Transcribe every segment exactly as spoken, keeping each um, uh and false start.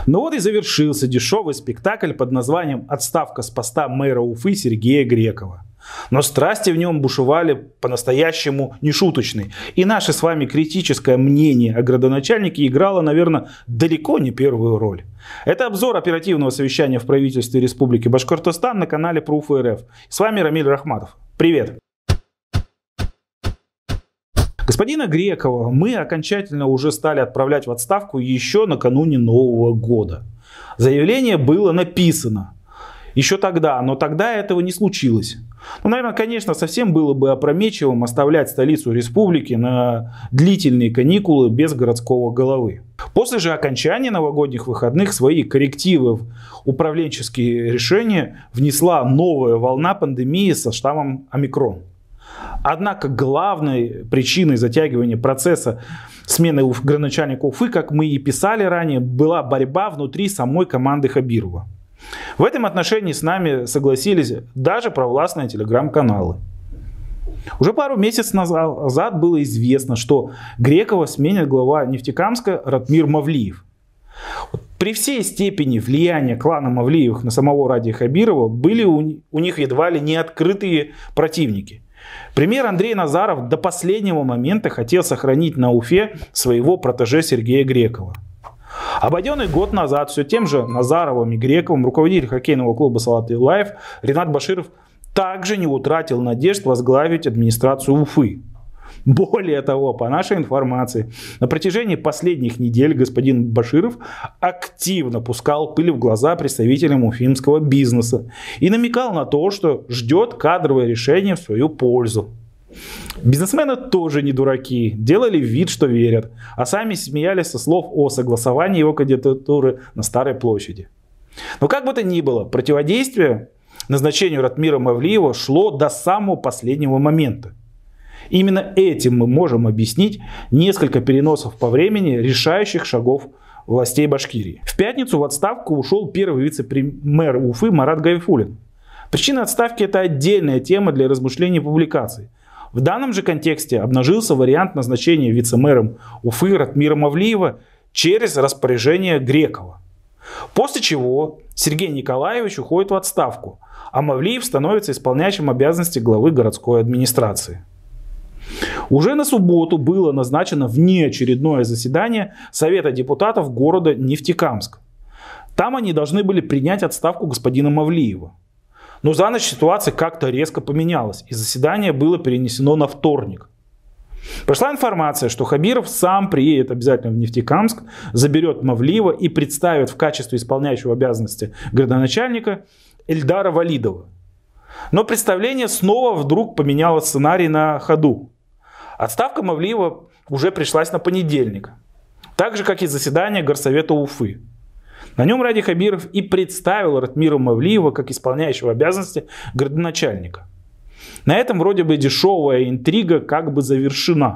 Ну вот и завершился дешевый спектакль под названием «Отставка с поста мэра Уфы Сергея Грекова». Но страсти в нем бушевали по-настоящему нешуточные. И наше с вами критическое мнение о градоначальнике играло, наверное, далеко не первую роль. Это обзор оперативного совещания в правительстве Республики Башкортостан на канале про Уфу эр эф. С вами Рамиль Рахматов. Привет! Господина Грекова мы окончательно уже стали отправлять в отставку еще накануне Нового года. Заявление было написано еще тогда, но тогда этого не случилось. Ну, наверное, конечно, совсем было бы опрометчивым оставлять столицу республики на длительные каникулы без городского головы. После же окончания новогодних выходных свои коррективы в управленческие решения внесла новая волна пандемии со штаммом омикрон. Однако главной причиной затягивания процесса смены градоначальника Уфы, как мы и писали ранее, была борьба внутри самой команды Хабирова. В этом отношении с нами согласились даже провластные телеграм-каналы. Уже пару месяцев назад было известно, что Грекова сменит глава Нефтекамска Ратмир Мавлиев. При всей степени влияния клана Мавлиевых на самого Ради Хабирова были у них едва ли не открытые противники. Премьер Андрей Назаров до последнего момента хотел сохранить на Уфе своего протеже Сергея Грекова. Обойденный год назад все тем же Назаровым и Грековым руководитель хоккейного клуба «Салават Юлаев» Ринат Баширов также не утратил надежд возглавить администрацию Уфы. Более того, по нашей информации, на протяжении последних недель господин Баширов активно пускал пыль в глаза представителям уфимского бизнеса и намекал на то, что ждет кадровое решение в свою пользу. Бизнесмены тоже не дураки, делали вид, что верят, а сами смеялись со слов о согласовании его кандидатуры на Старой площади. Но как бы то ни было, противодействие назначению Ратмира Мавлиева шло до самого последнего момента. Именно этим мы можем объяснить несколько переносов по времени решающих шагов властей Башкирии. В пятницу в отставку ушел первый вице-премьер Уфы Марат Гайфуллин. Причина отставки – это отдельная тема для размышлений и публикаций. В данном же контексте обнажился вариант назначения вице-мэром Уфы Ратмира Мавлиева через распоряжение Грекова. После чего Сергей Николаевич уходит в отставку, а Мавлиев становится исполняющим обязанности главы городской администрации. Уже на субботу было назначено внеочередное заседание Совета депутатов города Нефтекамск. Там они должны были принять отставку господина Мавлиева. Но за ночь ситуация как-то резко поменялась, и заседание было перенесено на вторник. Пришла информация, что Хабиров сам приедет обязательно в Нефтекамск, заберет Мавлиева и представит в качестве исполняющего обязанности градоначальника Эльдара Валидова. Но представление снова вдруг поменяло сценарий на ходу. Отставка Мавлиева уже пришлась на понедельник, так же как и заседание Горсовета Уфы. На нем Ради Хабиров и представил Ратмира Мавлиева как исполняющего обязанности градоначальника. На этом вроде бы дешевая интрига как бы завершена.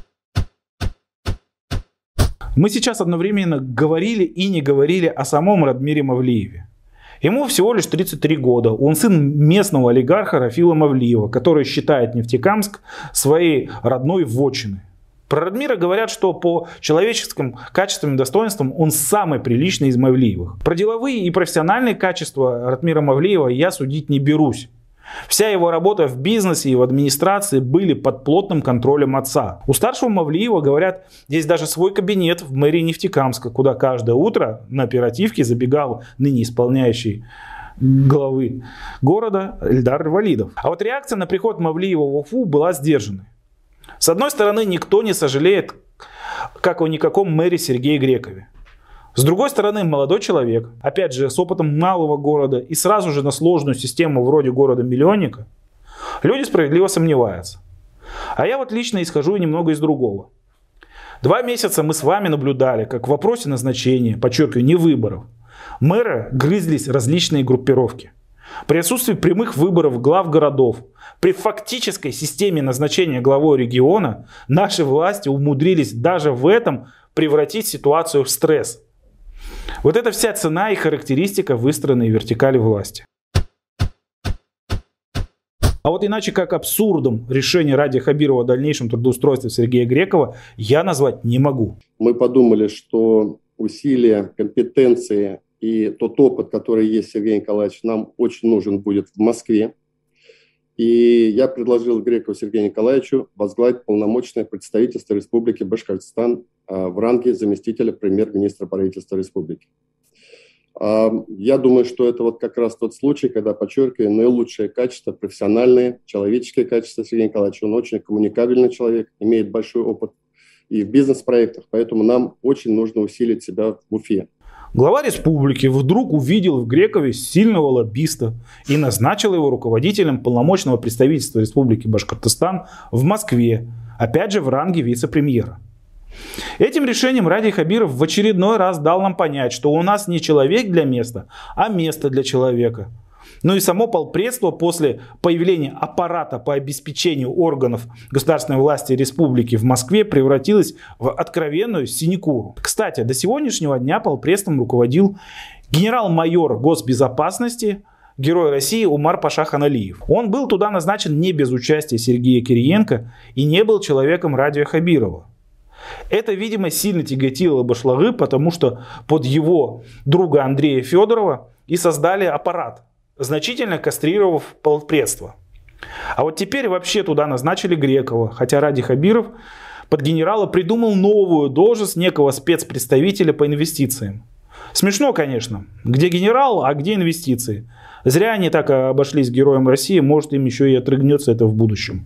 Мы сейчас одновременно говорили и не говорили о самом Ратмире Мавлиеве. Ему всего лишь тридцать три года. Он сын местного олигарха Рафила Мавлиева, который считает Нефтекамск своей родной вотчиной. Про Ратмира говорят, что по человеческим качествам и достоинствам он самый приличный из Мавлиевых. Про деловые и профессиональные качества Ратмира Мавлиева я судить не берусь. Вся его работа в бизнесе и в администрации были под плотным контролем отца. У старшего Мавлиева, говорят, есть даже свой кабинет в мэрии Нефтекамска, куда каждое утро на оперативке забегал ныне исполняющий главы города Эльдар Валидов. А вот реакция на приход Мавлиева в Уфу была сдержанной. С одной стороны, никто не сожалеет, как о никаком мэре Сергее Грекове. С другой стороны, молодой человек, опять же, с опытом малого города и сразу же на сложную систему вроде города-миллионника, люди справедливо сомневаются. А я вот лично исхожу немного из другого. Два месяца мы с вами наблюдали, как в вопросе назначения, подчеркиваю, не выборов, мэра грызлись различные группировки. При отсутствии прямых выборов глав городов, при фактической системе назначения главой региона, наши власти умудрились даже в этом превратить ситуацию в стресс. Вот это вся цена и характеристика выстроенной вертикали власти. А вот иначе как абсурдом решение Ради Хабирова о дальнейшем трудоустройстве Сергея Грекова я назвать не могу. Мы подумали, что усилия, компетенции и тот опыт, который есть Сергей Николаевич, нам очень нужен будет в Москве. И я предложил Грекову Сергею Николаевичу возглавить полномочное представительство Республики Башкортостан в ранге заместителя премьер-министра правительства республики. Я думаю, что это вот как раз тот случай, когда подчеркиваю наилучшие качества, профессиональные, человеческие качества Сергея Николаевича. Он очень коммуникабельный человек, имеет большой опыт и в бизнес-проектах, поэтому нам очень нужно усилить себя в Уфе. Глава республики вдруг увидел в Грекове сильного лоббиста и назначил его руководителем полномочного представительства Республики Башкортостан в Москве, опять же в ранге вице-премьера. Этим решением Радий Хабиров в очередной раз дал нам понять, что у нас не человек для места, а место для человека. Ну и само полпредство после появления аппарата по обеспечению органов государственной власти республики в Москве превратилось в откровенную синекуру. Кстати, до сегодняшнего дня полпредством руководил генерал-майор госбезопасности, герой России Умар Паша Ханалиев. Он был туда назначен не без участия Сергея Кириенко и не был человеком Радия Хабирова. Это, видимо, сильно тяготило Башлагы, потому что под его друга Андрея Федорова и создали аппарат, значительно кастрировав полпредство. А вот теперь вообще туда назначили Грекова, хотя Радий Хабиров под генерала придумал новую должность некого спецпредставителя по инвестициям. Смешно, конечно. Где генерал, а где инвестиции? Зря они так обошлись героем России, может им еще и отрыгнется это в будущем.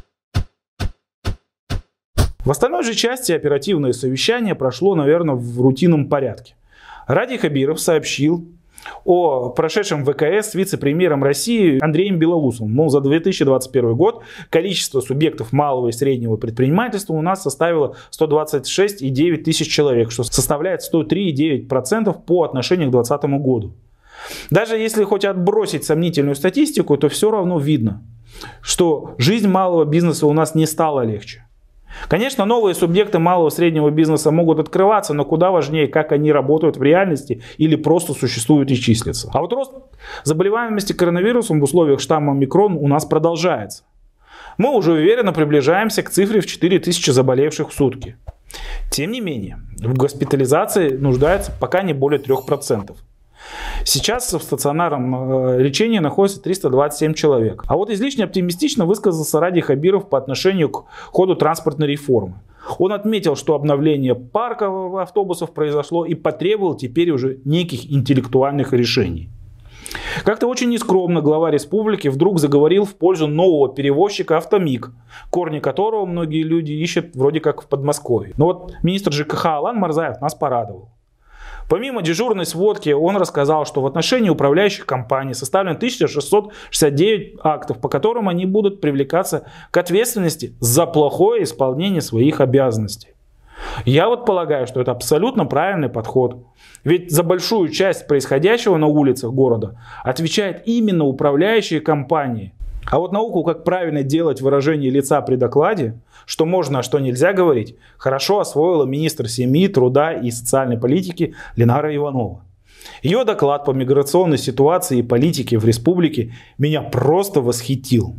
В остальной же части оперативное совещание прошло, наверное, в рутинном порядке. Радий Хабиров сообщил о прошедшем вэ ка эс с вице-премьером России Андреем Белоусовым. Мол, за две тысячи двадцать первый год количество субъектов малого и среднего предпринимательства у нас составило сто двадцать шесть и девять тысяч человек, что составляет сто три и девять десятых процента по отношению к две тысячи двадцатому году. Даже если хоть отбросить сомнительную статистику, то все равно видно, что жизнь малого бизнеса у нас не стала легче. Конечно, новые субъекты малого и среднего бизнеса могут открываться, но куда важнее, как они работают в реальности или просто существуют и числятся. А вот рост заболеваемости коронавирусом в условиях штамма омикрон у нас продолжается. Мы уже уверенно приближаемся к цифре в четыре тысячи заболевших в сутки. Тем не менее, в госпитализации нуждается пока не более трёх процентов. Сейчас в стационарном лечении находится триста двадцать семь человек. А вот излишне оптимистично высказался Радий Хабиров по отношению к ходу транспортной реформы. Он отметил, что обновление парка автобусов произошло и потребовал теперь уже неких интеллектуальных решений. Как-то очень нескромно глава республики вдруг заговорил в пользу нового перевозчика «Автомиг», корни которого многие люди ищут вроде как в Подмосковье. Но вот министр жэ ка ха Алан Марзаев нас порадовал. Помимо дежурной сводки, он рассказал, что в отношении управляющих компаний составлено тысяча шестьсот шестьдесят девять актов, по которым они будут привлекаться к ответственности за плохое исполнение своих обязанностей. Я вот полагаю, что это абсолютно правильный подход. Ведь за большую часть происходящего на улицах города отвечают именно управляющие компании. А вот науку, как правильно делать выражение лица при докладе, что можно, а что нельзя говорить, хорошо освоила министр семьи, труда и социальной политики Ленара Иванова. Ее доклад по миграционной ситуации и политике в республике меня просто восхитил.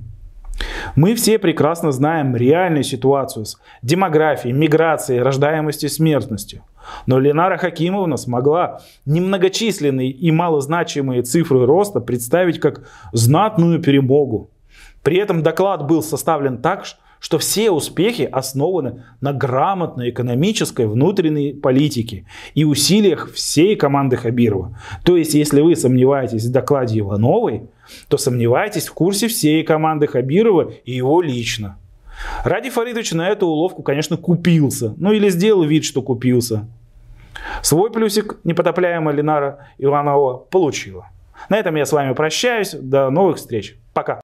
Мы все прекрасно знаем реальную ситуацию с демографией, миграцией, рождаемостью и смертностью. Но Ленара Хакимовна смогла немногочисленные и малозначимые цифры роста представить как знатную перемогу. При этом доклад был составлен так, что все успехи основаны на грамотной экономической внутренней политике и усилиях всей команды Хабирова. То есть, если вы сомневаетесь в докладе Ивановой, то сомневаетесь в курсе всей команды Хабирова и его лично. Радий Фаридович на эту уловку, конечно, купился. Ну или сделал вид, что купился. Свой плюсик непотопляемая Ленара Иванова получила. На этом я с вами прощаюсь. До новых встреч. Пока.